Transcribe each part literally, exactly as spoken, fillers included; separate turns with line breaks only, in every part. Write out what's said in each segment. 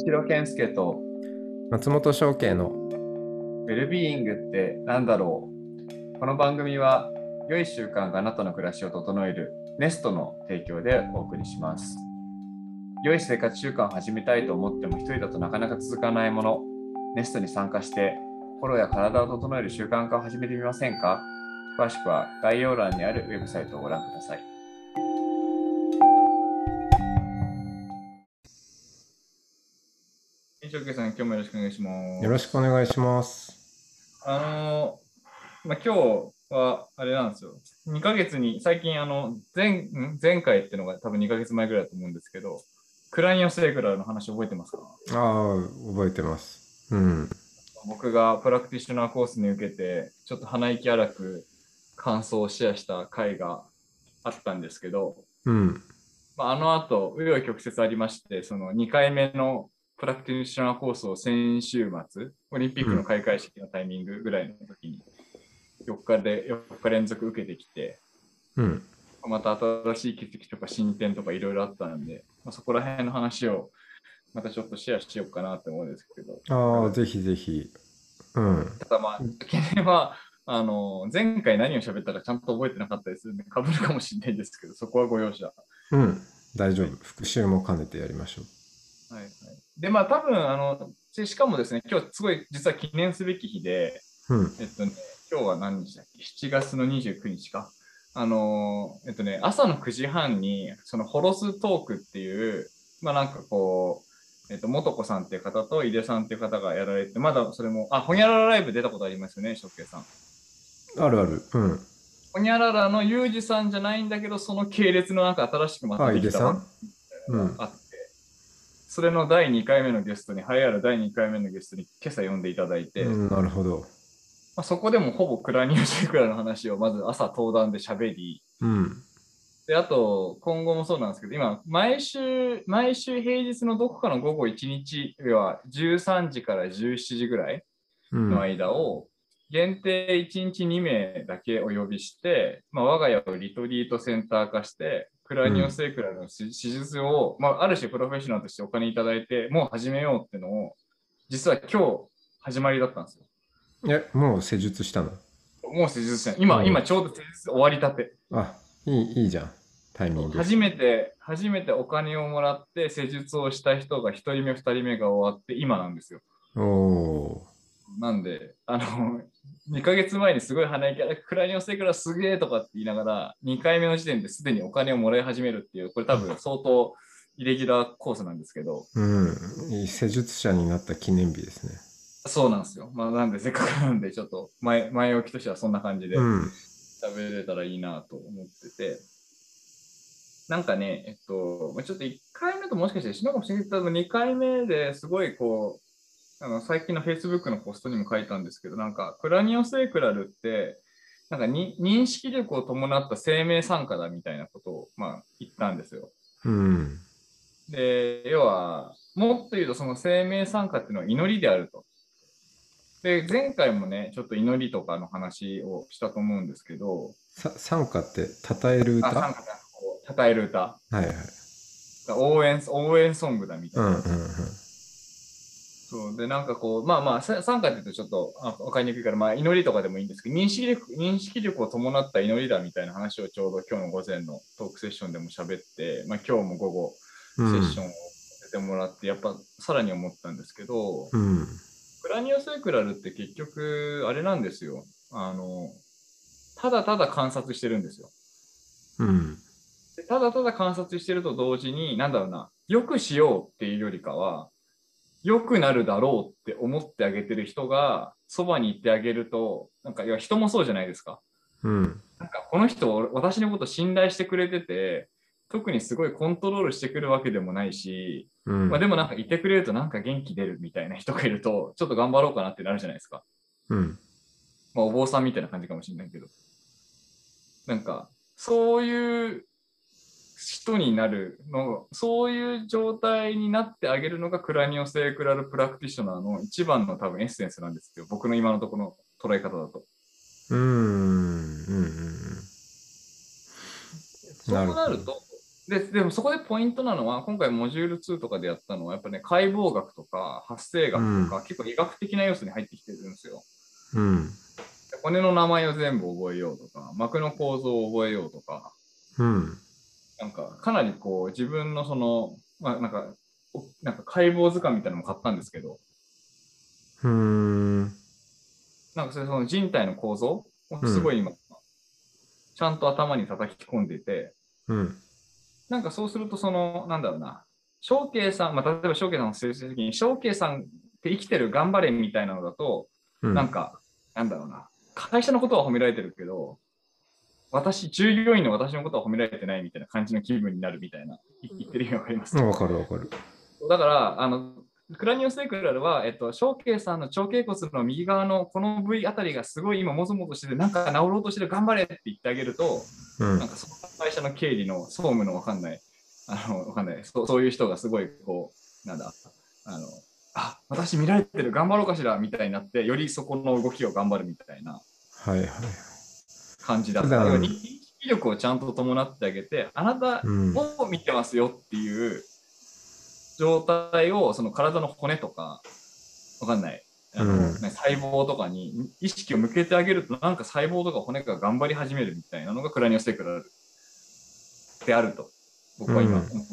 ヒロケンスケと
松本商家の
ウェルビーイングって何だろう。この番組は良い習慣があなたの暮らしを整えるネストの提供でお送りします。良い生活習慣を始めたいと思っても一人だとなかなか続かないもの、ネストに参加して心や体を整える習慣化を始めてみませんか？詳しくは概要欄にあるウェブサイトをご覧ください。翔慶さん、今日もよろしくお願いします。
よろしくお願いします。
あのーまあ、今日はあれなんですよ。にかげつに、最近あの前、前回っていうのが多分にかげつまえぐらいだと思うんですけど、クラニオセグラの話覚えてますか？
ああ、覚えてます。うん。
僕がプラクティショナーコースに受けて、ちょっと鼻息荒く感想をシェアした回があったんですけど、
うん。
まあ、あの後、紆余曲折ありまして、そのにかいめのプラクティショナーコースを先週末、オリンピックの開会式のタイミングぐらいの時に、よっかで、よっか連続受けてきて、
うん。
また新しい気づきとか進展とかいろいろあったんで、まあ、そこら辺の話をまたちょっとシェアしようかなって思うんですけど、
ああ、ぜひぜひ。うん。
ただまあ、懸念は、あの、前回何を喋ったかちゃんと覚えてなかったりするんで、かぶるかもしれないですけど、そこはご容赦。
うん。大丈夫。
はい。
復習も兼ねてやりましょ
はいはい、で、まあ多分、あの、しかもですね、今日すごい実は記念すべき日で、
う。うん。
えっとね、今日は何日だっけ？ しち 月のにじゅうくにちか。あのー、えっとね、朝のくじはんに、そのホロストークっていう、まあなんかこう、えっと、もとこさんっていう方と井出さんっていう方がやられて、まだそれも、あ、ほにゃららライブ出たことありますよね、しょっけいさん。
あるある。うん。
ほにゃららのユージさんじゃないんだけど、その系列のなんか新しくまた
あ、井
できた番
出さん。
組
うん。
があって、それのだいにかいめのゲストに、栄えあるだいにかいめのゲストに今朝呼んでいただいて、
うん、なるほど。
まあ、そこでもほぼクラニオシェクラの話をまず朝登壇で喋り、
うん。
で、あと、今後もそうなんですけど、今、毎週、毎週平日のどこかの午後いちにち、要はじゅうさんじからじゅうしちじぐらいの
うん。
間を、限定いちにちにめいだけお呼びして、まあ、我が家をリトリートセンター化して、クラニオ
うん。
セクラの手術を、まあ、ある種プロフェッショナルとしてお金いただいて、もう始めようっていうのを、実は今日始まりだったんですよ。
え、もう施術したの？
もう施術してない。今、今ち
お
ょうど施術終わりたて。
う。あ、いい、いいじゃん。タイミング。
初めて、初めてお金をもらって施術をした人がひとりめ、ふたりめが終わって今なんですよ。
おお
なんで、あの、にかげつまえにすごい鼻息荒くクラニオセクラすげえとかって言いながら、にかいめの時点ですでにお金をもらい始めるっていう、これ多分相当イレギュラーコースなんですけど、
ー。うん。いい施術者になった記念日ですね。
そうなんですよ。まあ、なんでせっかくなんで、ちょっと前、前置きとしてはそんな感じで
うん。
喋れたらいいなと思ってて、なんかね、えっと、ちょっといっかいめともしかして一緒かもしれないけど、にかいめですごいこう、あの最近の Facebook のポストにも書いたんですけど、なんかクラニオセークラルって、なんかに認識力を伴った生命参加だみたいなことを、まあ、言ったんですよ。
うん。
で、要は、もっと言うとその生命参加っていうのは祈りであると。で、前回もね、ちょっと祈りとかの話をしたと思うんですけど、
さ、賛歌って称える
あ、
歌？
参加だ、こう、称える歌。
はいはい。
応援、応援ソングだみた
うんうん
いな。そうで、なんかこう、まあまあ、さ参加って言うとちょっとあ分かりにくいから、まあ、祈りとかでもいいんですけど、認識力、認識力を伴った祈りだみたいな話をちょうど今日の午前のトークセッションでも喋って、まあ、今日も午後
うん。うん。
セッションをさせてもらって、やっぱさらに思ったんですけど、
うん。
クラニオセクラルって結局、あれなんですよ。あの、ただただ観察してるんですよ。
うん。
でただただ観察してると同時に、なんだろうな、よくしようっていうよりかは、良くなるだろうって思ってあげてる人がそばに行ってあげると、なんかいや人もそうじゃないですか。
うん。
なんかこの人、私のこと信頼してくれてて、特にすごいコントロールしてくるわけでもないし、まあ、
うん。
でもなんかいてくれるとなんか元気出るみたいな人がいると、ちょっと頑張ろうかなってなるじゃないですか。
うん。
まあ、お坊さんみたいな感じかもしれないけど。なんか、そういう人になるの、そういう状態になってあげるのがクラニオセークラルプラクティショナーの一番の多分エッセンスなんですよ。僕の今のところの捉え方だと。
うん。うん。うん。
そ
なるほど。
うなると、 で、でもそこでポイントなのは、今回モジュールツーとかでやったのは、やっぱね、解剖学とか発生学とか、
うん
結構医学的な要素に入ってきてるんですよ。
うん
骨の名前を全部覚えようとか、膜の構造を覚えようとか、
うん
なんかかなりこう自分のその、まあ、なんか、なんか解剖図鑑みたいなのも買ったんですけど、
うーん
なんかそれその人体の構造を
うん
すごい今、ちゃんと頭に叩き込んでて、
うん
なんかそうするとその、なんだろうな、翔慶さん、まあ、例えば翔慶さんの成績に、翔慶さんって生きてる頑張れみたいなのだと、
うん
なんか、なんだろうな、会社のことは褒められてるけど、私、従業員の私のことは褒められてないみたいな感じの気分になるみたいな、言ってる意味わかります
わかるわかる。
だから、あの、クラニオセクラルは、えっと、小慶さんの腸頸骨の右側のこの部位あたりがすごい今もぞもぞしてて、なんか治ろうとしてる、頑張れって言ってあげると、
うん
なんかその会社の経理の総務のわかんない、あの、わかんないそう、そういう人がすごい、こう、なんだ、あの、あ、私見られてる、頑張ろうかしらみたいになって、よりそこの動きを頑張るみたいな
はいはい。
感じだった。要は
普段
認識力をちゃんと伴ってあげて、あなた
うん
を見てますよっていう状態を、その体の骨とか、わかんない。あの、
うん
ね細胞とかに意識を向けてあげると、なんか細胞とか骨が頑張り始めるみたいなのがクラニオセクラルであると、僕は今思ってて、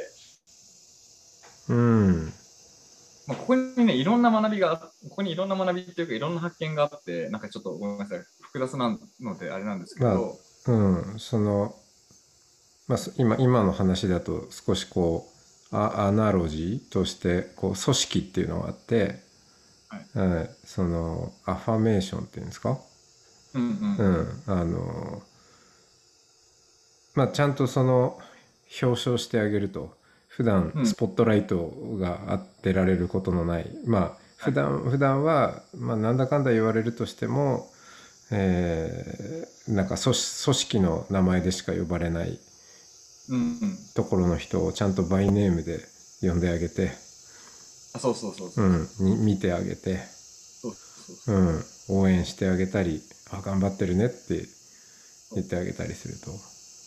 うん
まあ、ここにね、いろんな学びが、ここにいろんな学びっていうか、いろんな発見があって、なんかちょっとごめんなさい、複雑なのであれなんですけ
まあ
ど、
うんその、まあ、そ今今の話だと少しこうアアナロジーとしてこう組織っていうのがあって、
はい
はい、そのアファメーションっていうんですか、
うんうん
う
うん
ん、あのまあちゃんとその表彰してあげると、普段
うん、
スポットライトが当てられることのない、まあ普
はい
段普段はまあなんだかんだ言われるとしても、えーなんか組織組織の名前でしか呼ばれない
うんうん
ところの人をちゃんとバイネームで呼んであげて、
あ、そうそうそうそうそう、
うん、に見てあげて、
そうそう
う
そう
ん、応援してあげたり、あ、頑張ってるねって
そう、
言ってあげたりすると、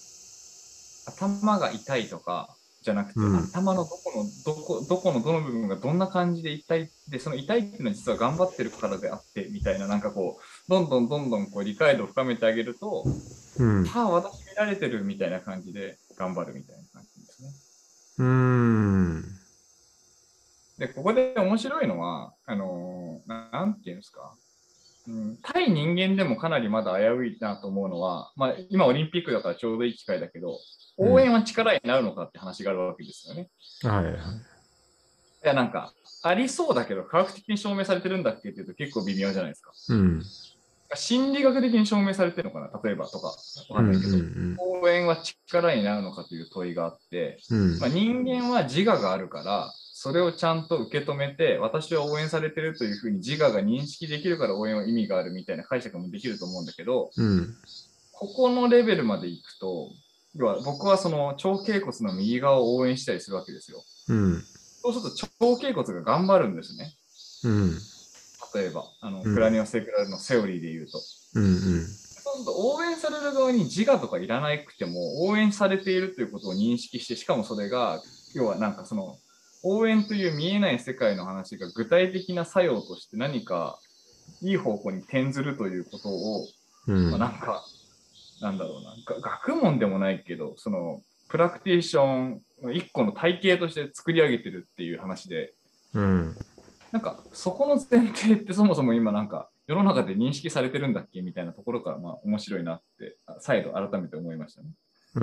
頭が痛いとかじゃなくて、
うん、
頭のどこのどこどこのどの部分がどんな感じで痛いで、その痛いっていうのは実は頑張ってるからであってみたいな、なんかこうどんどんどんどんこう理解度を深めてあげると、
うん、
ああ私見られてるみたいな感じで頑張るみたいな感じですね。
うーん、
でここで面白いのはあのーなんていうんですか、うん、対人間でもかなりまだ危ういなと思うのは、まあ、今オリンピックだからちょうどいい機会だけど、
うん、
応援は力になるのかって話があるわけですよね。
はいはい、
いや、なんか、ありそうだけど、科学的に証明されてるんだっけっていうと結構微妙じゃないですか。
うん、
心理学的に証明されてるのかな、例えばとか、わか
うん、う
んないけど、
ん、
応援は力になるのかという問いがあって、
うん、
まあ、人間は自我があるから、それをちゃんと受け止めて、私は応援されてるというふうに自我が認識できるから応援は意味があるみたいな解釈もできると思うんだけど、
うん、
ここのレベルまでいくと、要は僕はその腸頸骨の右側を応援したりするわけですよ。
うん、
そうすると腸頸骨が頑張るんですね。
うん、
例えば、あの
うん、
クラニオセクラルのセオリーで言うと。
うん、うん、
そうすると応援される側に自我とかいらなくても応援されているということを認識して、しかもそれが要はなんかその応援という見えない世界の話が具体的な作用として何かいい方向に転ずるということを、
うん、
まあ、なんかなんだろうな、学問でもないけど、そのプラクティションの一個の体系として作り上げてるっていう話で、
うん、
なんかそこの前提ってそもそも今なんか世の中で認識されてるんだっけみたいなところからまあ面白いなって再度改めて思いましたね。
うん、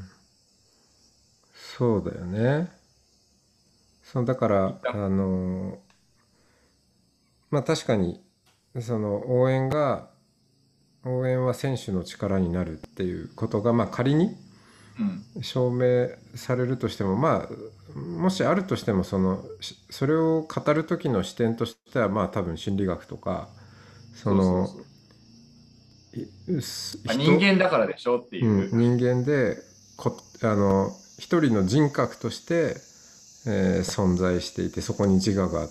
そうだよね。そうだからあのまあ確かにその応援が応援は選手の力になるっていうことがまあ仮に
うん、
証明されるとしても、まあもしあるとしても、そのそれを語る時の視点としてはまあ多分心理学とか、その
そうそうそう。まあ、人
人、
間だからでしょって
うん、
いう。
人間でこあの一人の人格として、えー存在していて、そこに自我があって、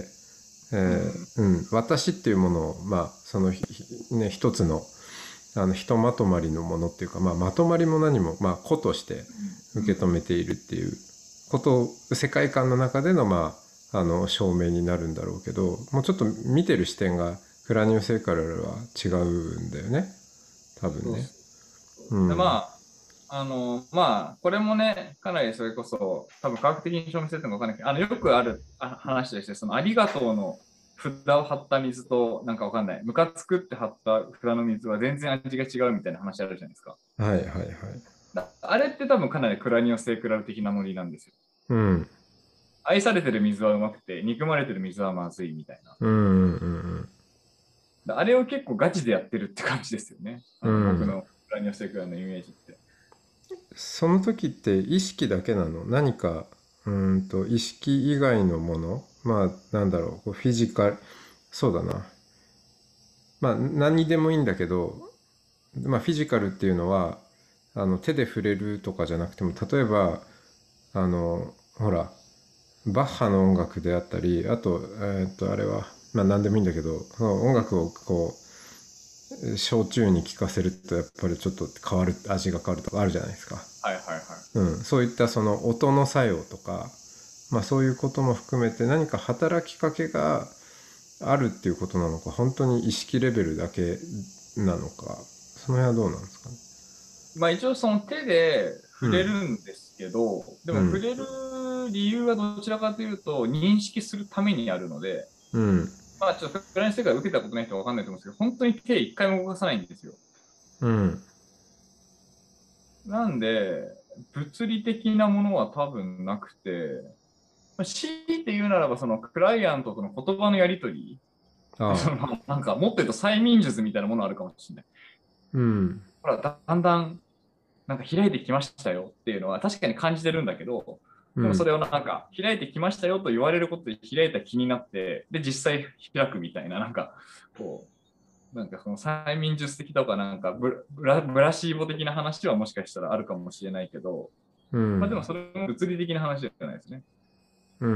えーうん、私っていうものを、まあその、ね、一つのあのひとまとまりのものっていうか、まあ、まとまりも何も、まあ、個として受け止めているっていうことを世界観の中でのまああの証明になるんだろうけど、もうちょっと見てる視点がクラニオセクラルは違うんだよね、多分ね。
そうそ
う
う。で、
ん。
まあ、あの、まあ、これもね、かなりそれこそ、多分科学的に証明されてるのかわかんないけど、あの、よくあるあ話として、その、ありがとうの札を貼った水と、なんかわかんない、ムカつくって貼った札の水は全然味が違うみたいな話あるじゃないですか。
はいはいはい。
だあれって多分かなりクラニオセクラル的なノリなんですよ。
うん。
愛されてる水はうまくて、憎まれてる水はまずいみたいな。
うんうん
あれを結構ガチでやってるって感じですよね。あの
うんうん。
僕のクラニオセクラルのイメージって。
その時って意識だけなの？何かうーんと意識以外のもの、まあなんだろう、こうフィジカル、そうだな、まあ何にでもいいんだけど、まあフィジカルっていうのはあの手で触れるとかじゃなくても、例えばあのほらバッハの音楽であったり、あとえーっとあれはまあ何でもいいんだけど、その音楽をこう焼酎に聴かせるとやっぱりちょっと変わる、味が変わるとかあるじゃないですか。
はいはいはい。
うん、そういったその音の作用とか、まあ、そういうことも含めて何か働きかけがあるっていうことなのか、本当に意識レベルだけなのか、その辺はどうなんですかね。
まあ一応その手で触れるんですけど、で
うん、
も触れる理由はどちらかというと認識するためにあるので、
うん、
まあちょっとフランス世界を受けたことない人は分かんないと思うんですけど、本当に手一回も動かさないんですよ。
うん、
なんで、物理的なものは多分なくて、まあ、強いて言うならばそのクライアントとの言葉のやり取り、
ああ、
そのなんかもっと言うと催眠術みたいなものあるかもしれない。
うん、
ほら、だんだんなんか開いてきましたよっていうのは確かに感じてるんだけど、
うん、
でもそれをなんか開いてきましたよと言われることで開いた気になって、で、実際開くみたいな、なんか、こう、なんかその催眠術的とかなんかブラブラシーボ的な話はもしかしたらあるかもしれないけど、
うん、
まあでもそれも物理的な話じゃないですね。
うん、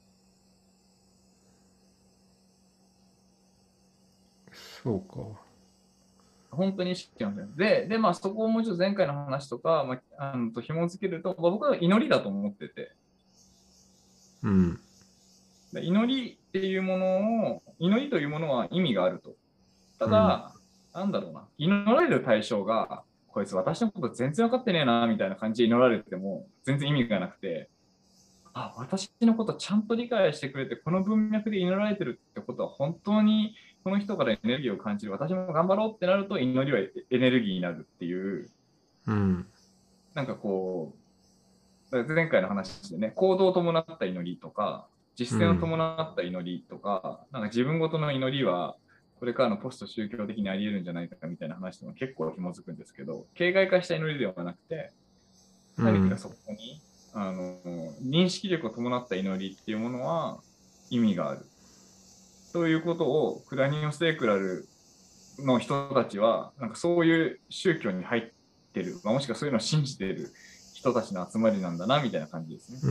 そうか。
本当に意識なんですよ。で、で、まあそこをもう一度前回の話とか、まあ、あのと紐付けると、まあ僕は祈りだと思ってて、
うん、
で祈りっていうものを、祈りというものは意味があると。た
うん、
だ、なんだろうな、祈られる対象が、こいつ私のこと全然分かってねえな、みたいな感じで祈られても、全然意味がなくて、あ、私のことちゃんと理解してくれて、この文脈で祈られてるってことは、本当にこの人からエネルギーを感じる、私も頑張ろうってなると、祈りはエネルギーになるっていう、
うん、
なんかこう、前回の話でね、行動を伴った祈りとか、実践を
うん、
伴った祈りとか、なんか自分ごとの祈りは、これからのポスト宗教的にあり得るんじゃないかみたいな話とも結構紐づくんですけど、形骸化した祈りではなくて、
うん、
何かそこにあの認識力を伴った祈りっていうものは意味がある。ということをクラニオセークラルの人たちは、なんかそういう宗教に入ってる、まあ、もしくはそういうのを信じている人たちの集まりなんだなみたいな感じですね。
うん。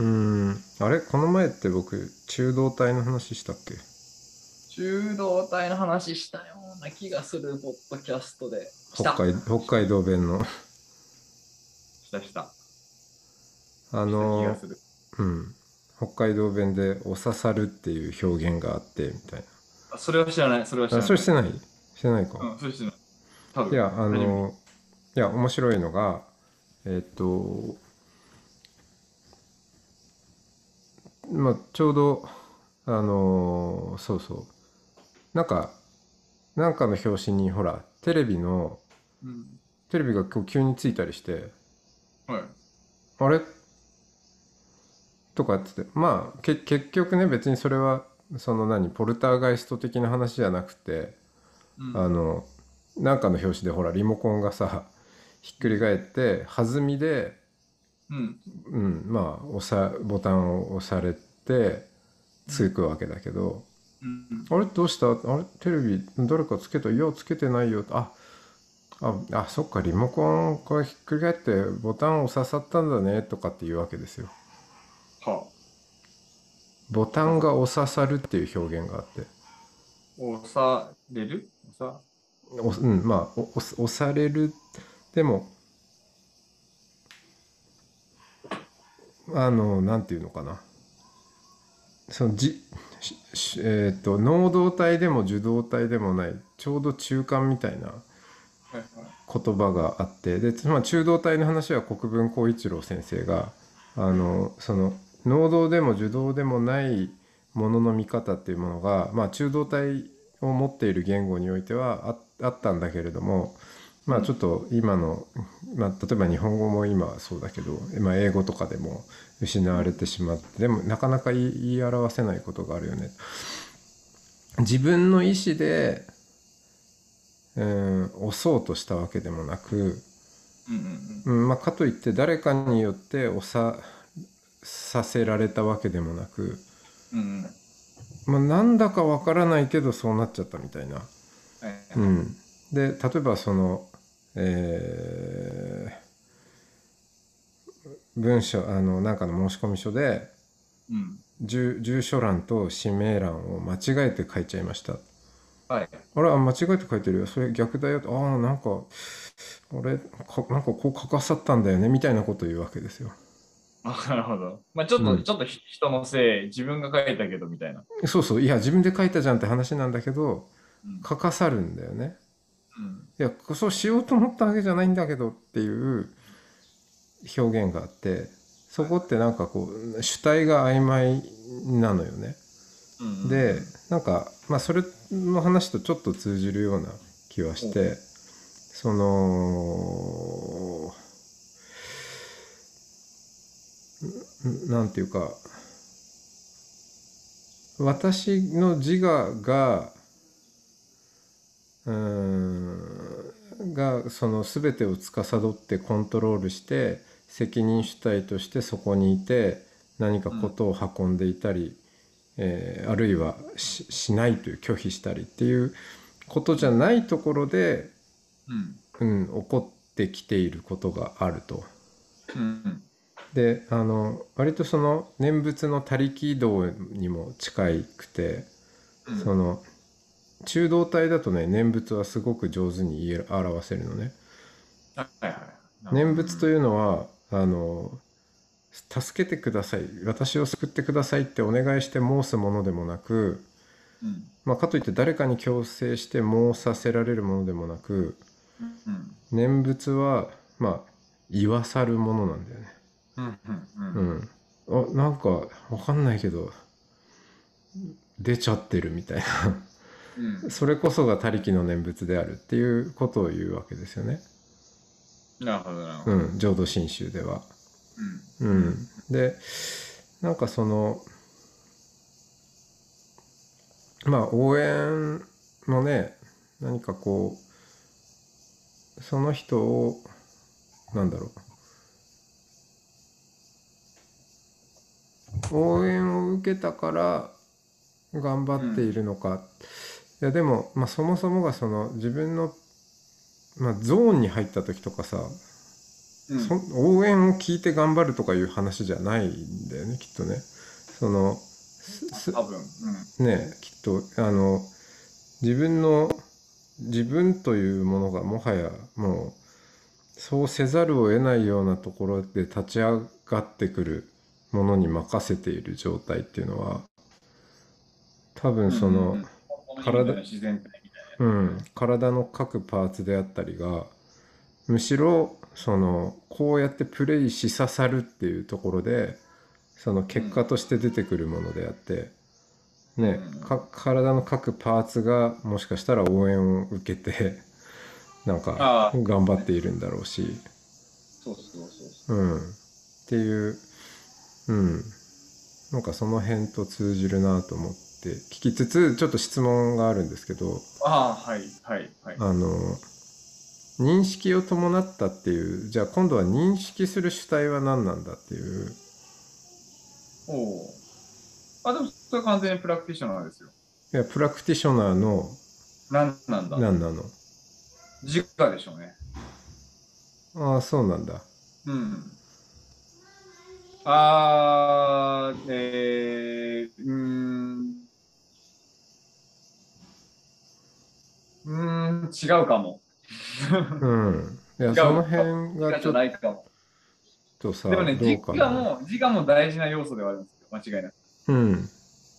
あれこの前って僕、中道体の話したっけ？
中道体の話したような気がする、ポッドキャストで。した。
北海、北海道弁の。
したした。
あ
した気が
の、
する。
うん。北海道弁でお刺さるっていう表現があって、みたい
あ、それは知らない。それは知
な。あ、
らない。
それしてない？してないか。
うん、それ知らない。多分、
いや、あ
初めて聞い
の、いや、面白いのが、えっと、まあ、ちょうど、あの、そうそう。なんか、なんかの表紙に、ほら、テレビの、
た。うん。
テレビが今日急についたりして、
はい。
あれとかって言って、まあ、け、結局ね、別にそれは、その何、ポルターガイスト的な話じゃなくて、
うん。
あの、なんかの表紙でほら、リモコンがさ、ひっくり返って、弾みで、
うん。
うん、まあ、押さ、ボタンを押されて、
うん。
つくわけだけど、
うん。
あれどうした？あれテレビ誰かつけた？いや、つけてないよ。あ、あ、あ、そっか、リモコンこれひっくり返ってボタンを刺さったんだね、とかっていうわけですよ。
は
ボタ
あ。
ンが
ささ。
押ささるっていう表現があって、
押される押さ。
お、うん、まあ、お押押される。でも、 あのなんていうのかな、そのじしえっ、と能動体でも受動体でもないちょうど中間みたいな
はいはい。
言葉があって、で、まあ、中動体の話は国分光一郎先生があのその能動でも受動でもないものの見方っていうものが、まあ、中動体を持っている言語においてはあ、あったんだけれども、まあ、ちょっ
うん。
と今の、まあ、例えば日本語も今はそうだけど、まあ、英語とかでも失われ
うん。
てしまって、でもなかなか言い言い表せないことがあるよね。自分の意思で、うん、押そうとしたわけでもなく、
うんうん
うんまあ、かといって誰かによって押ささせられたわけでもなく、
うん。うんうん。
まあ、なんだかわからないけどそうなっちゃったみたいな。
はいはい。
うん、で例えばその、えー文書あのなんかの申込書で
うん。
住住所欄と氏名欄を間違えて書いちゃいました。
はい。
あれ、あ間違えて書いてるよ、それ逆だよ、ああなんか俺かなんかこう書かさったんだよねみたいなことを言うわけですよ。
あ、なるほど。まあちょっと、
うん、
ちょっとひ人のせい、自分が書いたけどみたいな。
そうそう、いや自分で書いたじゃんって話なんだけど、
うん。
書かさるんだよね。
うん。
いやそうしようと思ったわけじゃないんだけどっていう表現があって、そ
はいはい。
こってなんかこう主体が曖昧なのよね。
うんうんう
で
ん。
なんかまあそれの話とちょっと通じるような気はし
お
て、そのなんていうか、私の自我がうーんがその全てを司ってコントロールして責任主体としてそこにいて何か
うん。
ことを運んでいたり、えーあるいはし、しないという拒否したりっていうことじゃ
うん。
ないところで、
うん。
うん、起こってきていることがあると。
うん。
であの割とその念仏の他力道にも近くて、
うん。
その中道体だとね念仏はすごく上手に言い表せるのね。
はいはい。なるほど。うん。
念仏というのはあの助けてください、私を救ってくださいってお願いして申すものでもなく、
うん。
まあ、かといって誰かに強制して申させられるものでもなく、
うん。
念仏はまあ言わさるものなんだよね。
うん。うん。うん。
うん。あ、なんかわかんないけど出ちゃってるみたいな
うん。
それこそが他力の念仏であるっていうことを言うわけですよね。
なるほど、なるほど。
うん、浄土真宗では。
うん。
うん、
うん。
でなんかそのまあ応援もね、何かこうその人をなんだろう、応援を受けたから頑張ってい
うん。
るのか。いやでも、まあ、そもそもがその自分の、まあ、ゾーンに入った時とかさ、そ
うん。
応援を聞いて頑張るとかいう話じゃないんだよねきっとね。そのす
多分。うん。
ねきっとあの自分の自分というものがもはやもうそうせざるを得ないようなところで立ち上がってくるものに任せている状態っていうのは、多分
うん。うん。
その
うん。この人
体、
の自然体みたい
うん、体の各パーツであったりがむしろそのこうやってプレイしささるっていうところでその
な。うん。
結果として出てくるものであって、
うん。う
ね、か
ん。
体の各パーツがもしかしたら応援を受けてなんか
ああ、そう
頑張って
ですね。
いるんだろうし、
そうそうそうそ
うん、っていう、うん、なんかその辺と通じるなと思って聞きつつ、ちょっと質問があるんですけど、
う。ああ、はい、はい、はい。
あの認識を伴ったっていう、じゃあ今度は認識する主体は何なんだっていう。
おお。あ、でも、それは完全にプラクティショナーですよ。
いやプラクティショナーの
何なんだ。
何なの？
自我でしょうね。
ああそうなんだ。
うん。あー、えー、うーん、うーん、違うかも。
うん。いや
違
その
うかも。
辺がちょっと、
自我じゃないかも。
とさ、
でもね、
どう
自
かな。
我も、自我も大事な要素ではあるんですよ。間違いなく。
うん。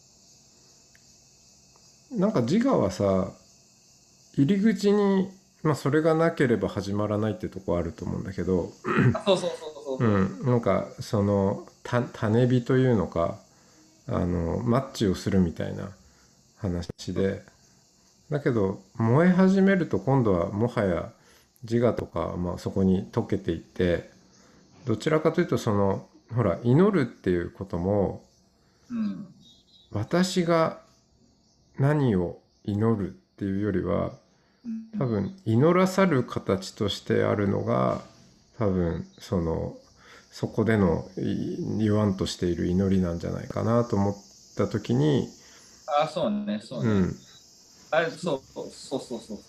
なんか自我はさ、入り口に、まあそれがなければ始まらないってとこあると思うんだけど、
あ、そうそうそうそうそ
うん、なんかそのた種火というのか、あのマッチをするみたいな話
う。
で、だけど燃え始めると今度はもはや自我とか、まあ、そこに溶けていって、どちらかというとそのほら祈るっていうことも、
うん。
私が何を祈るっていうよりは、
うん。
多分祈らざる形としてあるのが、多分そのそこでの言わんとしている祈りなんじゃないかなと思った時に、
あ、そうね、そうね。
うん、
あれ、そう、そうそうそうそう。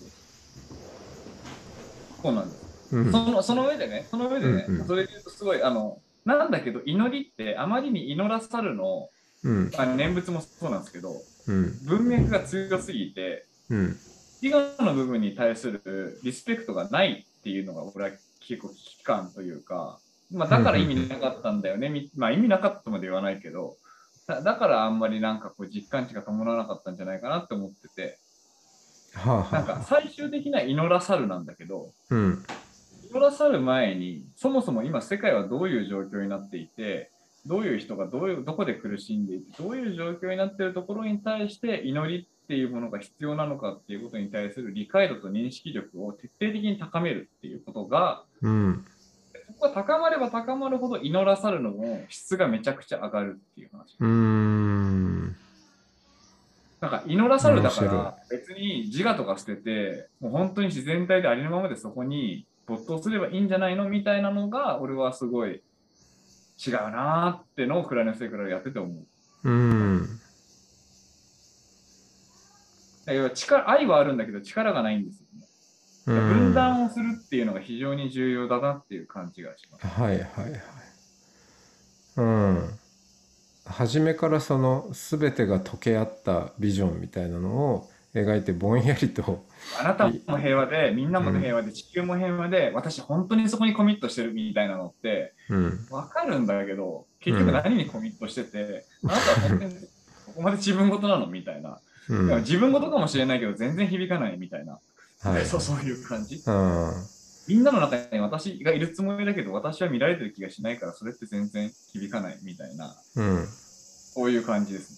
そうなんです。
うん、
その、その上でね、その上
うん、
でね、
うん、
それで言うとすごい、あの、なんだけど、祈りってあまりに祈らざるの、
うん、
まあ、念仏もそうなんですけど、
うん、
文脈が強すぎて、
うん、
自我の部分に対するリスペクトがないっていうのが、俺は結構危機感というか、まあ、
うん、うん、
だから意味
うん、
なかったんだよね。みまあ、意味なかったとまで言わないけど、だだからあんまりなんかこう実感値が伴わなかったんじゃないかなって思ってて、
はあ、は
なんか
あはあ、
最終的な祈らざるなんだけど、
うん、
祈らざる前に、そもそも今世界はどういう状況になっていて、どういう人がどういうどこで苦しんでいて、どういう状況になっているところに対して祈りっていうものが必要なのかっていうことに対する理解度と認識力を徹底的に高めるっていうことが、
うん、
そこが高まれば高まるほど祈らざるのも質がめちゃくちゃ上がるっていう話。
うーん、
なんか祈らざる
面白い。
だから別に自我とか捨てて、もう本当に自然体でありのままでそこに没頭すればいいんじゃないのみたいなのが、俺はすごい違うなーってのをクライネスイクラでやってて思う。
うーん、
要は力、愛はあるんだけど力がないんですよね。
うー
だから分
ん、
断をするっていうのが非常に重要だなっていう感じがします。
はいはいはい。うん。初めからその全てが溶け合ったビジョンみたいなのを描いてぼんやりと
あなた
い、
も平和で、みんな
うん、
も平和で、地球も平和で、私本当にそこにコミットしてるみたいなのって、
うん、
わかるんだけど、結局
うん、
何にコミットしてて、あなたは本当にここまで自分事なのみたいな。いや
うん、
自分事かもしれないけど、全然響かないみたいな。
はいはい。
そう、そういう感じ。
うん、
みんなの中に私がいるつもりだけど、私は見られてる気がしないから、それって全然響かないみたいな、
うん。
そういう感じですね。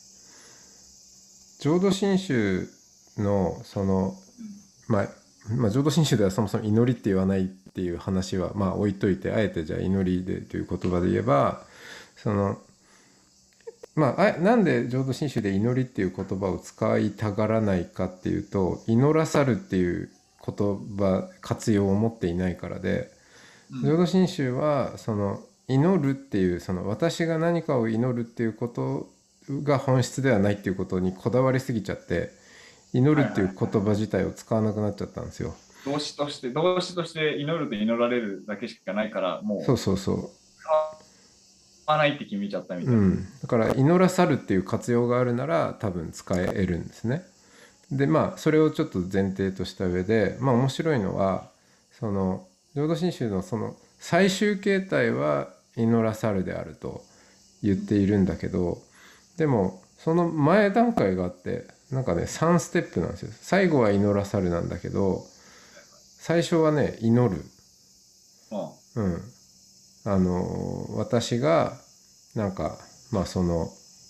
浄土真宗のその、まあ、まあ浄土真宗ではそもそも祈りって言わないっていう話はまあ置いといて、あえてじゃあ祈りでという言葉で言えば、そのまあ、あなんで浄土真宗で祈りっていう言葉を使いたがらないかっていうと、祈らさるっていう言葉活用を持っていないからで、浄土真宗はその祈るっていう、その私が何かを祈るっていうことが本質ではないっていうことにこだわりすぎちゃって、祈るっていう
はいはい。
言葉自体を使わなくなっちゃったんですよ。
動詞として、動詞として祈ると祈られるだけしかないから、も
そうそうそ
う使わないって決めちゃったみ
う。う
たいな。
ん。だから祈らさるっていう活用があるなら多分使えるんですね。でまあそれをちょっと前提とした上で、まあ面白いのは、その浄土真宗のその最終形態は祈らざるであると言っているんだけど、でもその前段階があって、なんかねさんステップなんですよ。最後は祈らざるなんだけど、最初はね祈る。
も
うん。あの私がなんかまあその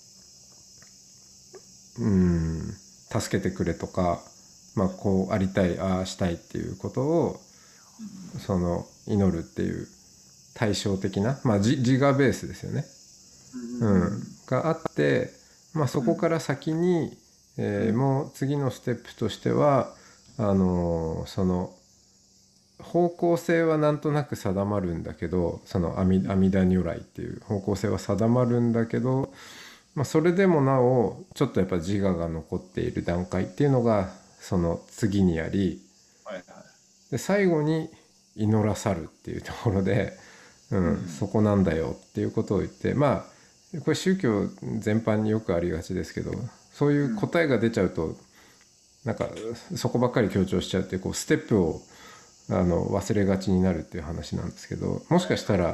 うーん助けてくれとか、まあ、こうありたい、ああしたいっていうことを
う、うん
その祈るっていう対照的な、まあ、自自我ベースですよね、
うん
うん、
うん
があって、まあ、そ
うん
こから先に、えー
うん
もう次のステップとしてはあのーその方向性はなんとなく定まるんだけど、その阿弥阿弥陀如来っていう方向性は定まるんだけど、まあ、それでもなおちょっとやっぱ自我が残っている段階っていうのがその次にあり、
はいはい。
で最後に祈らさるっていうところで、う
うんう
ん、そこなんだよっていうことを言って、まあこれ宗教全般によくありがちですけど、そういう
ん
答えが出ちゃうとなんかそこばっかり強調しちゃって、こうステップをあの忘れがちになるっていう話なんですけど、もしかしたら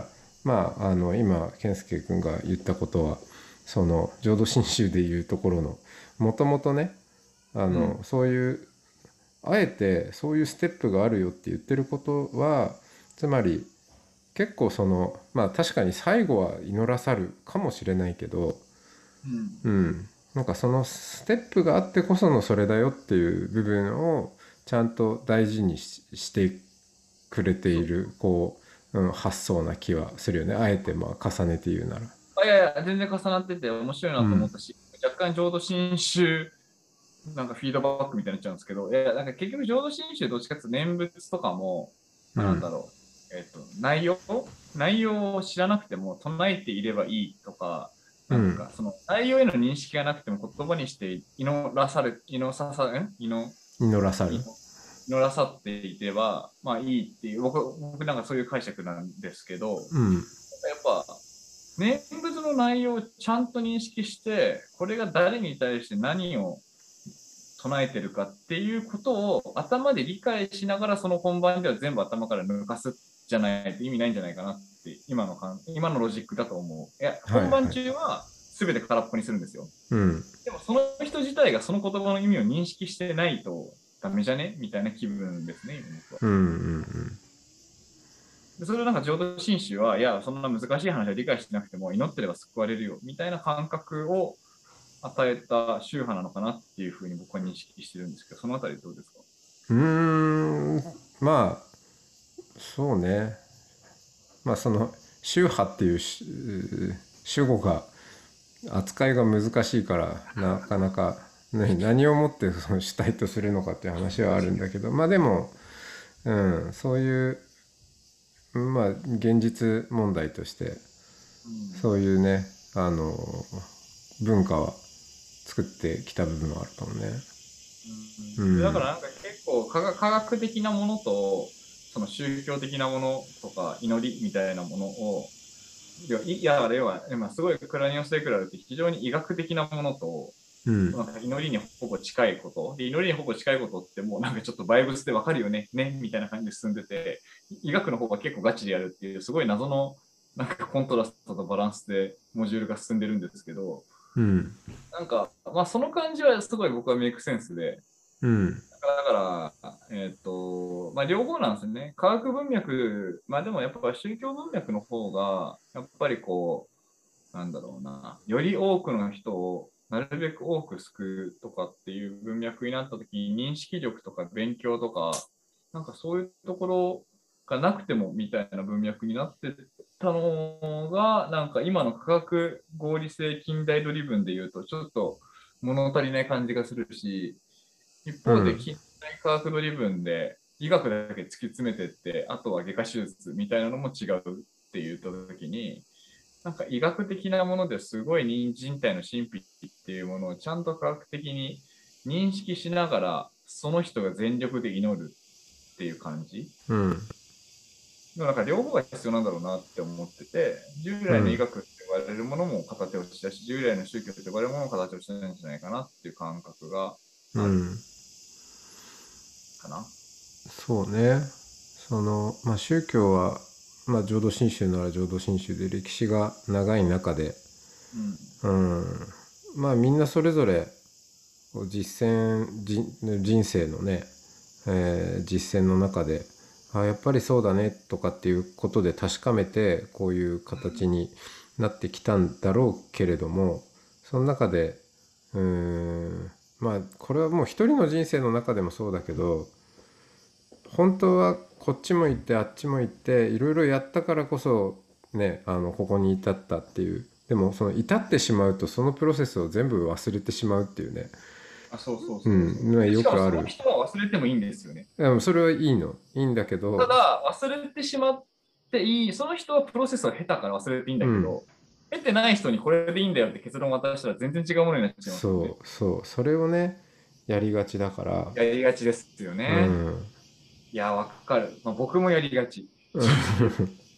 まああの今健介君が言ったことはその浄土真宗でいうところのもともとねあの、
うん。
そういうあえてそういうステップがあるよって言ってることはつまり結構そのまあ確かに最後は祈らさるかもしれないけど、
うん。
うん、なんかそのステップがあってこそのそれだよっていう部分をちゃんと大事にし、してくれて
そう。
いるこう、うん、発想な気はするよね。あえてまあ重ねて言うなら。
あ、いやいや、全然重なってて面白いなと思
うん
ったし、若干浄土真宗なんかフィードバックみたいになっちゃうんですけど、いや、なんか結局浄土真宗どっちかっていうと念仏とかも、まあ、なん
うん
だろう、えっと、内容内容を知らなくても唱えていればいいとか、なん
うん
かその内容への認識がなくても言葉にして祈らされ、祈ささ、ん祈、
祈らさる。
祈祈らさっていては、まあいいっていう、僕、僕なんかそういう解釈なんですけど、
うん
やっぱ念仏の内容をちゃんと認識して、これが誰に対して何を唱えてるかっていうことを頭で理解しながらその本番では全部頭から抜かすじゃないと意味ないんじゃないかなって今のかん今のロジックだと思う。いや、本番
はいはい。
中は全て空っぽにするんですよ。
うん
でもその人自体がその言葉の意味を認識してないとダメじゃねみたいな気分ですね、今僕は。
うんうん
でそれをなんか浄土真宗は、いや、そんな難しい話は理解しなくても祈ってれば救われるよみたいな感覚を与えた宗派なのかなっていうふうに僕は認識してるんですけど、そのあたりどうですか？
うんうーんまあそうね。まあその宗派っていうし主語が扱いが難しいからなかなか、ね、何をもってその主体とするのかっていう話はあるんだけどまあでも、うん、そういうまあ現実問題として
うん。
そういうねあの文化は作ってきた部分はあるかもね。う
うん、だか
ん
らなんか結構科学科学的なものとその宗教的なものとか祈りみたいなものをいやいやあれは今すごいクラニオステクラルって非常に医学的なものと
うん
なんか祈りにほぼ近いことで祈りにほぼ近いことってもうなんかちょっとバイブスでわかるよねねみたいな感じで進んでて医学の方が結構ガチでやるっていうすごい謎のなんかコントラストとバランスでモジュールが進んでるんですけど
うん
なんかまあその感じはすごい僕はメイクセンスで
うん
だから、えっと、まあ、両方なんですね。科学文脈、まあでもやっぱ宗教文脈の方が、やっぱりこう、なんだろうな、より多くの人をなるべく多く救うとかっていう文脈になったときに、認識力とか勉強とか、なんかそういうところがなくてもみたいな文脈になってたのが、なんか今の科学合理性近代ドリブンで言うと、ちょっと物足りない感じがするし、一方で、
うん
近代科学ドリブンで医学だけ突き詰めてって、あとは外科手術みたいなのも違うって言ったときに、なんか医学的なものですごい人体の神秘っていうものをちゃんと科学的に認識しながら、その人が全力で祈るっていう感じ。
うん
でもなんか両方が必要なんだろうなって思ってて、従来の医
うん
学って言われるものも形をしたし、従来の宗教って言われるものも形をしたんじゃないかなっていう感覚がある
うん
かな。
そうね。そのまあ宗教はまあ浄土真宗なら浄土真宗で歴史が長い中で
うん。
うんまあみんなそれぞれこう実践人人生のね、えー実践の中であやっぱりそうだねとかっていうことで確かめてこういう形になってきたんだろうけれどもその中でうーんまあこれはもう一人の人生の中でもそうだけど本当はこっちも行ってあっちも行っていろいろやったからこそねあのここに至ったっていうでもその至ってしまうとそのプロセスを全部忘れてしまうっていうね
あ、そうそう
う
そうそう。
ん、まあ
で、しかも
よくある。
その人は忘れてもいいんですよね。
でもそれはいいの。いいんだけど、
ただ、忘れてしまっていい、その人はプロセスを経たから忘れていいん
うん、
だけど、経てない人にこれでいいんだよって結論を渡したら全然違うものになっちゃいますもんね。
そうそう、それをね、やりがちだから、
やりがちですよ
う
ね。
ん、
いや、わかる。まあ、僕もやりがち。正直。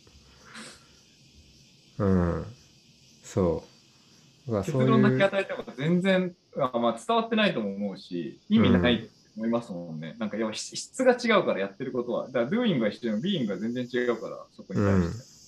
うん、そう。だからそ
結論だけ
ういう、
与えても全然、あまあ、伝わってないとも思うし、意
うん、
味ないと思いますもんね。なんか、要は質が違うからやってることは。だから、doing が一緒でも being が全然違うから、そこ
うん、
に対して。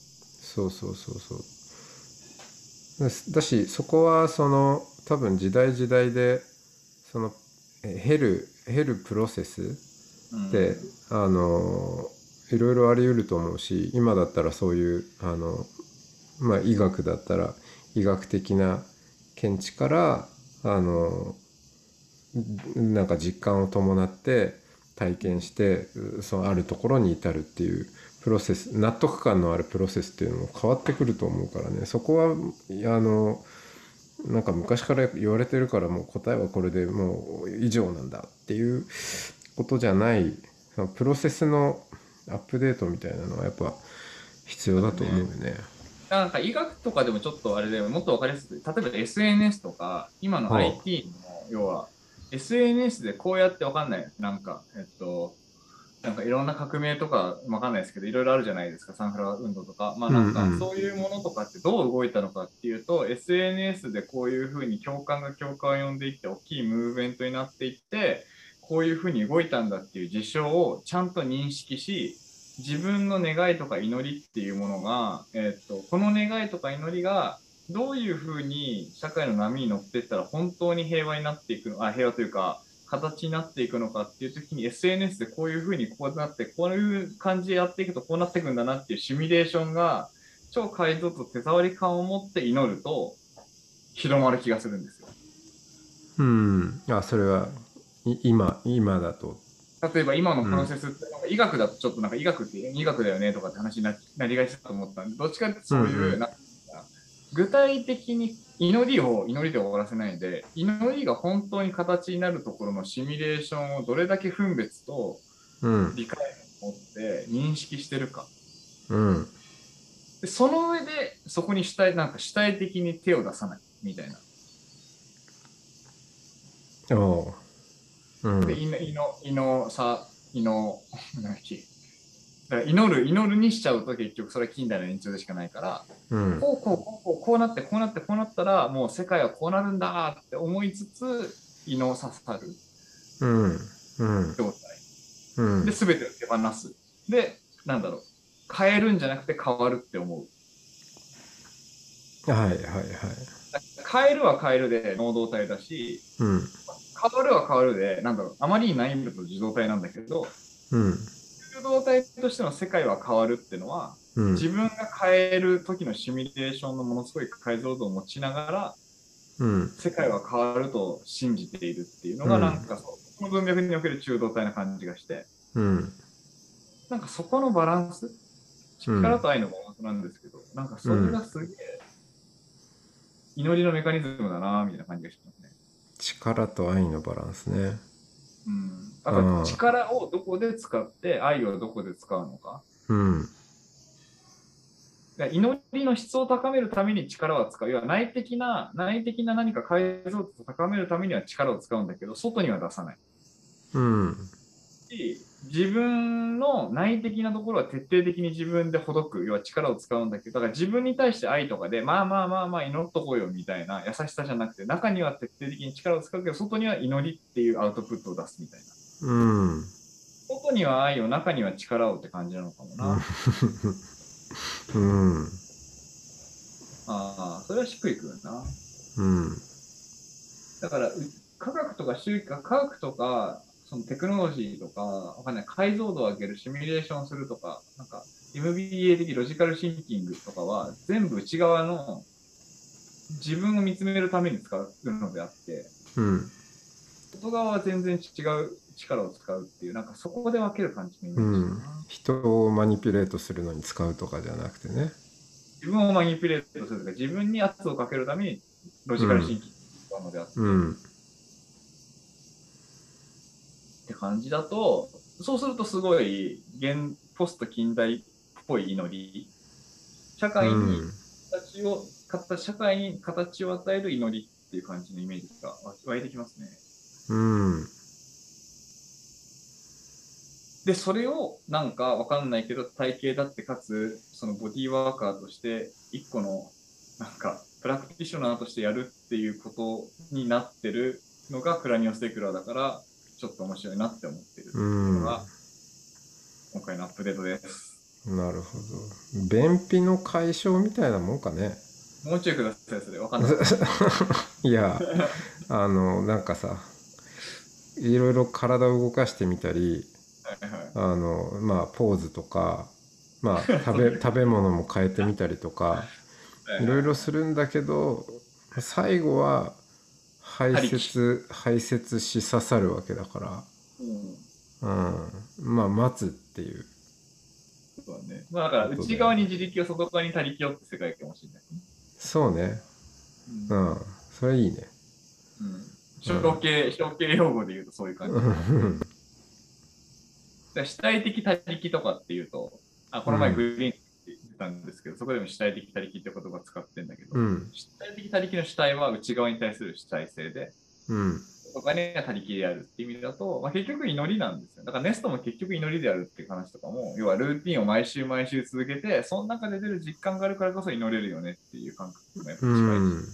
そうそうそうそうだだし、そこはその多分時代時代でそのえ減る減るプロセス
う
で、
ん。
あのいろいろあり得ると思うし、今だったらそういうあのまあ医学だったら医学的な見地からあのなんか実感を伴って体験してそのあるところに至るっていうプロセス、納得感のあるプロセスっていうのも変わってくると思うからね。そこはあのなんか昔から言われてるからもう答えはこれでもう以上なんだっていうことじゃない、そのプロセスのアップデートみたいなのはやっぱ必要だと思うよ
そうだね。
ね。
なんか医学とかでもちょっとあれでもっとわかりやすく、例えば エスエヌエス とか、今の
は
アイティー の、要は、エスエヌエス でこうやってわかんない。なんか、えっと、なんかいろんな革命とかわかんないですけど、いろいろあるじゃないですか、サンフラワー運動とか。まあ
うんう
なんか、
ん
そういうものとかってどう動いたのかっていうと、エスエヌエス でこういうふうに共感が共感を呼んでいって、大きいムーブメントになっていって、こういうふうに動いたんだっていう事象をちゃんと認識し、自分の願いとか祈りっていうものが、えっと、この願いとか祈りが、どういうふうに社会の波に乗っていったら本当に平和になっていくの、あ、平和というか、形になっていくのかっていう時に エスエヌエス でこういうふうにこうなって、こういう感じでやっていくとこうなっていくんだなっていうシミュレーションが超解像度と手触り感を持って祈ると広まる気がするんですよ。
うんあそれはい今今だと。
例えば今のプロ
うん
セスってなんか医学だとちょっとなんか医学って医学だよねとかって話にななりがちだと思ったんで、どっちかって
うんう
そういう
ん
なんか具体的に祈りを祈りで終わらせないで、祈りが本当に形になるところのシミュレーションをどれだけ分別と
うん
理解を持って認識してるか。
うん
で、その上でそこに主体、なんか主体的に手を出さないみたいな。
おうう
で、
ん
いの、いの、いの、さ、いの、なんだっけ。だから祈る、祈るにしちゃうと結局それは近代の延長でしかないから、
うん
こうこうこうこうこうなってこうなってこうなったらもう世界はこうなるんだって思いつつ胃の刺さる
うんうん
状態で
うん
全てを手放す。で、なんだろう、変えるんじゃなくて変わるって思う。
はいはいはい
変えるは変えるで能動体だし、
うん
変わるは変わるで、なんだろう、あまりにナイーブと自動体なんだけど、
うん
自動体としての世界は変わるっていうのは、
うん
自分が変える時のシミュレーションのものすごい解像度を持ちながら、
うん
世界は変わると信じているっていうのが、な
うん
んかその文脈における中道体な感じがして、
うん
なんかそこのバランス、
うん
力と愛のバランスなんですけど、なんかそれ
うん
がすげえ祈りのメカニズムだなみたいな感じがしますね。
力と愛のバランスね。
うん。あと
ああ
力をどこで使って愛をどこで使うのか。
うん
だから祈りの質を高めるために力は使う。要は内的な、内的な何か解像度を高めるためには力を使うんだけど、外には出さない。
うん
し、自分の内的なところは徹底的に自分でほどく、要は力を使うんだけど、だから自分に対して愛とかで、まあまあまあまあ祈っとこうよみたいな優しさじゃなくて、中には徹底的に力を使うけど、外には祈りっていうアウトプットを出すみたいな。
うん
外には愛を、中には力をって感じなのかもな。
うん
ああ、それはしっくりくるな。
うん
だから、科学とか宗教、科学とか、そのテクノロジーとか、わかんない、解像度を上げる、シミュレーションするとか、なんか、エムビーエー 的ロジカルシンキングとかは、全部内側の自分を見つめるために使うのであって、
うん
外側は全然違う力を使うっていう、なんかそこで分ける感じのイメージだ
うん
な。
人をマニピュレートするのに使うとかじゃなくてね。
自分をマニピュレートするとか、自分に圧をかけるためにロジカルシンキングを使うのであって、
うん
って感じだと、そうするとすごい現ポスト近代っぽい祈り、社
う
会に
ん
形を、社会に形を与える祈りっていう感じのイメージが湧いてきますね。
うん
で、それをなんかわかんないけど体系だってかつ、そのボディーワーカーとして一個のなんかプラクティショナーとしてやるっていうことになってるのがクラニオセクラーだから、ちょっと面白いなって思ってるっていうのが今回のアップデートです。
なるほど。便秘の解消みたいなもんかね。
もうちょいください、それ。わかんなかった。
いや、あの、なんかさ、いろいろ体を動かしてみたり、
はいはい。
あの、まあ、ポーズとか、まあ、食べ、食べ物も変えてみたりとか、
はい
いろいろ
はいはい。
するんだけど、最後は排
他力。
泄、排泄し刺さるわけだか
うん。
ら、うん、まあ、待つっていう
そうだね。まあだから
ことだよね。
内側に自力を外側に他力をって世界かもしれないですね。
そうね。
うん。
うん、それいいね。
うん。
うん。
象形、象形用語で言うとそういう感じ。だから主体的他力とかっていうと、あ、この前グ
うん。
リーンって言ってたんですけど、そこでも主体的他力って言葉使ってんだけど、
うん。
主体的他力の主体は内側に対する主体性で、
うん。
他には他力であるっていう意味だと、まあ、結局祈りなんですよ。だからネストも結局祈りであるっていう話とかも、要はルーティンを毎週毎週続けて、その中で出る実感があるからこそ祈れるよねっていう感覚もやっ
う
ぱ近いし、
ん。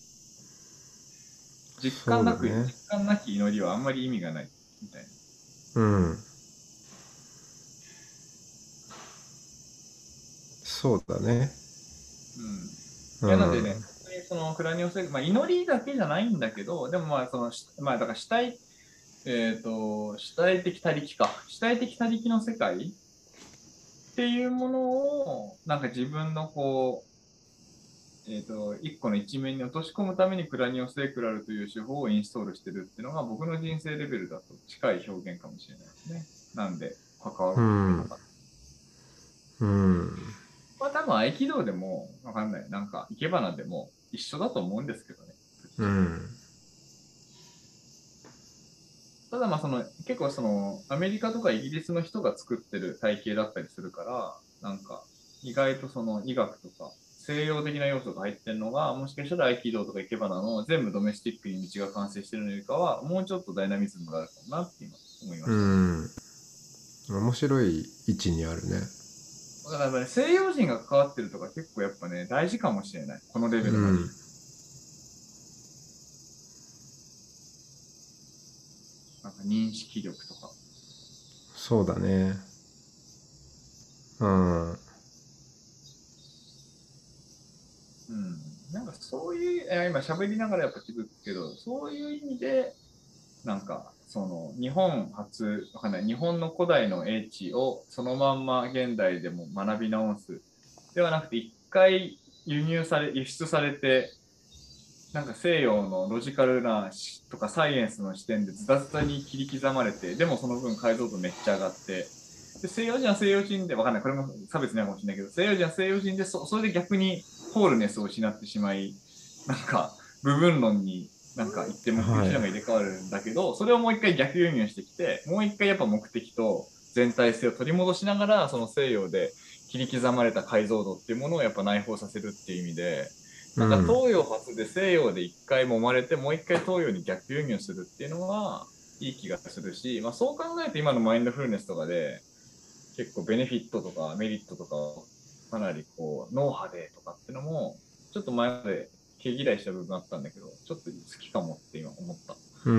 実感なく、
そうだね。
実感なき祈りはあんまり意味がないみたいな。
うん。そうだね。
うん。いや、なんで
うん。
ね、本当にそのクラニオセ、まあ、祈りだけじゃないんだけど、でもまあ、その、まあ、だから主体、えっと、主体的他力か。主体的他力の世界っていうものを、なんか自分のこう、えっと、一個の一面に落とし込むためにクラニオセークラルという手法をインストールしてるっていうのが僕の人生レベルだと近い表現かもしれないですね。なんで関わろ
う
うと決めた
ん。
か。
うん。
まあ多分合気道でもわかんない。なんか生け花でも一緒だと思うんですけどね。ぶっちゃけ。
うん。
ただまあその結構そのアメリカとかイギリスの人が作ってる体系だったりするから、なんか意外とその医学とか西洋的な要素が入ってるのが、もしかしたら合気道とか生け花の全部ドメスティックに道が完成してるのよりかは、もうちょっとダイナミズムがあるかもなって今思いま
う
したね。
ん。面白い位置にあるね。
だからやっぱり西洋人が関わってるとか結構やっぱね、大事かもしれない。このレベルまで。
うん。
なんか認識力とか。
そうだね。うん。
うん。なんかそういう、今喋りながらやっぱ気づくけど、そういう意味で、なんか、その、日本初、わかんない、日本の古代の英知をそのまんま現代でも学び直す。ではなくて、一回輸入され、輸出されて、なんか西洋のロジカルなとかサイエンスの視点でズタズタに切り刻まれて、でもその分解像度めっちゃ上がって、で西洋人は西洋人で、わかんない、これも差別になるかもしれないけど、西洋人は西洋人でそ、それで逆にホールネスを失ってしまい、なんか部分論になんか言って目的
はい。
手段が入れ替わるんだけど、それをもう一回逆輸入してきて、もう一回やっぱ目的と全体性を取り戻しながら、その西洋で切り刻まれた解像度っていうものをやっぱ内包させるっていう意味で、なんか
うん。
東洋発で西洋で一回揉まれて、もう一回東洋に逆輸入するっていうのはいい気がするし、まあ、そう考えると今のマインドフルネスとかで結構ベネフィットとかメリットとかをかなりこう脳波でとかっていうのもちょっと前まで毛嫌いした部分あったんだけど、ちょっと好きかもって今思った。
うん。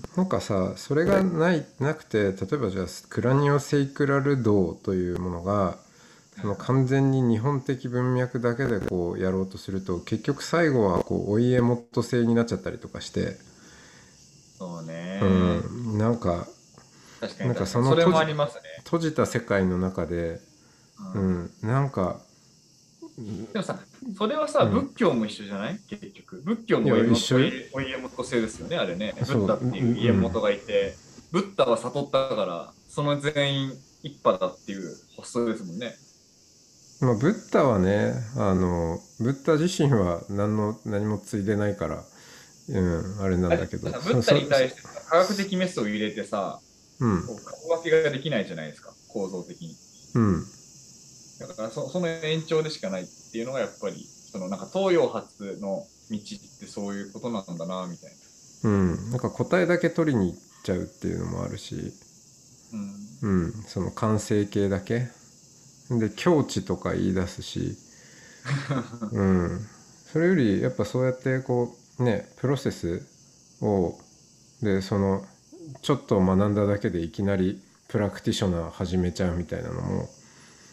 なんかさ、それがない、なくて、例えばじゃあ、クラニオセイクラル道というものが、その完全に日本的文脈だけでこうやろうとすると、結局最後はこうお家元制になっちゃったりとかして、
そう
う
ね。
ん、なんか、
確かに
なんか
確かに。それ
その閉じ、
もありますね。
閉じた世界の中で、
うん、
うん、なんか、
でもさ、それはさ、
うん、
仏教も一緒じゃない結局。仏教
いや、
もお家元、お
一緒よ。
家お家元制ですよね、あれね。ブ
そう、
ッダ
うん、
っていう
うん。
家元がいて、ブッダは悟ったから、その全員一派だっていう発想ですもんね。
まあ、ブッダはね、あの、ブッダ自身は何の、何もついでないから、うん、あれな
あれ、
んだけど、
だからブ
そ、
ッダに
そ、そ、
対してさ科学的メスを入れてさ、
うん、
こう株分けができないじゃないですか、構造的に。
うん、
だからそ、その延長でしかないっていうのがやっぱり、そのなんか東洋発の道ってそういうことなんだな、みたい
うん。なんか答えだけ取りに行っちゃうっていうのもあるし、
な。うん。
うん、その完成形だけ。で、境地とか言い出すし、うん。それより、やっぱそうやってこう、ね、プロセスを、で、その、ちょっと学んだだけでいきなりプラクティショナー始めちゃうみたいなのも、
うん。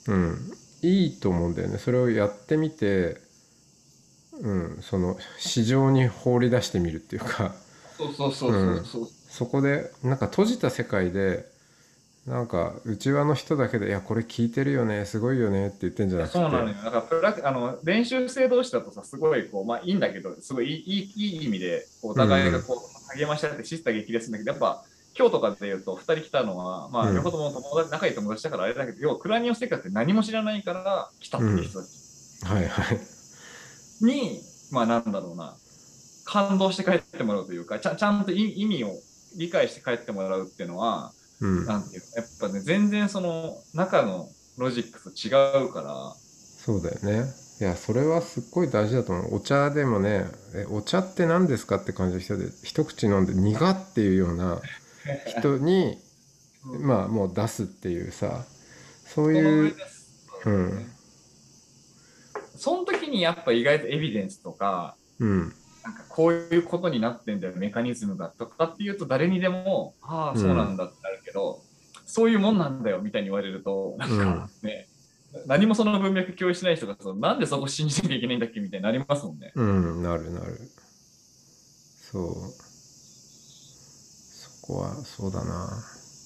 うん、いいと思うんだよね。それをやってみて、うん、その市場に放り出してみるっていうか、
そうそうそう
うん、
そうそう。
そこでなんか閉じた世界で、なんか内輪の人だけで「いやこれ聞いてるよね、すごいよね」って言ってんじゃ
いや、
なくて、
そうなのよ。なんかプラク、あの、練習生同士だとさ、すごい、こう、まあいいんだけど、すごいいい、いい、いい意味で、こうお
うんうん
互いがこう、励まし合って、叱咤激励するんだけど、やっぱ、今日とかで言うと、ふたり来たのは、まあ、両方
うん
とも友達、仲いい友達だからあれだけど、要は、クラニオ生活って何も知らないから来た
うん
っていう人たち
はいはい。
に、まあ、なんだろうな、感動して帰ってもらうというか、ちゃちゃんと意味を理解して帰ってもらうっていうのは、
うん
なんていうの、やっぱね、全然その中のロジックと違うから、
そうだよね。いやそれはすっごい大事だと思う。お茶でもね、えお茶って何ですかって感じの人で一口飲んで苦っていうような人に
そう
まあもう出すっていうさ、そういう、
その上です。
うん、
ね。その時にやっぱ意外とエビデンスとか、
うん、
なんかこういうことになってんだよ、メカニズムがとかっていうと誰にでも、ああ、
うん、
そうなんだってなるけど、そういうもんなんだよみたいに言われると、なん
うん、
かね、何もその文脈共有しない人がその、なんでそこ信じなきゃいけないんだっけみたいになりますもんね。
うん、なるなる。そう、そこはそうだな。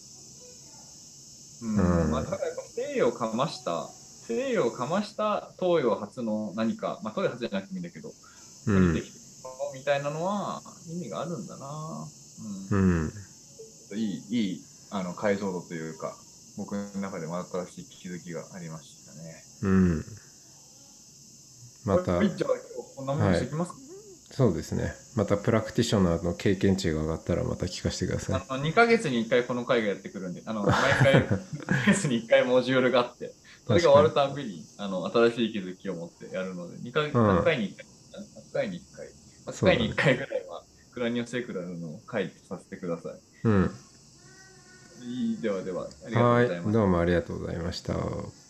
う
う
ん、まあ、た
ん、
だやっぱ西洋をかました、西洋をかました東洋初の何か、まあ東洋初じゃなくてもいいんだけど、
うん、
降りてきてみたいなのは意味があるんだな。
うん、
うん。いい、いい、あの、解像度というか、僕の中でも新しい気づきがありましたね。
うん。また、
はい、じゃあ今日こんなもんに
はい、
しておきますか。
そうですね。またプラクティショナーの経験値が上がったらまた聞かせてください。
あの、にかげつにいっかいこの会がやってくるんで、あの、毎回、にかげつにいっかいモジュールがあって、それが
確かに。
終わるたんびに、あの、新しい気づきを持ってやるので、にかげつ、8
うん、
回にいっかい、はちかいにいっかい、8回に1
そうだね。
回ぐらいは、クラニオセクラルの会させてくださ
うん。
い。いいではでは、ありがとう
はい、
ございます。
どうもありがとうございました。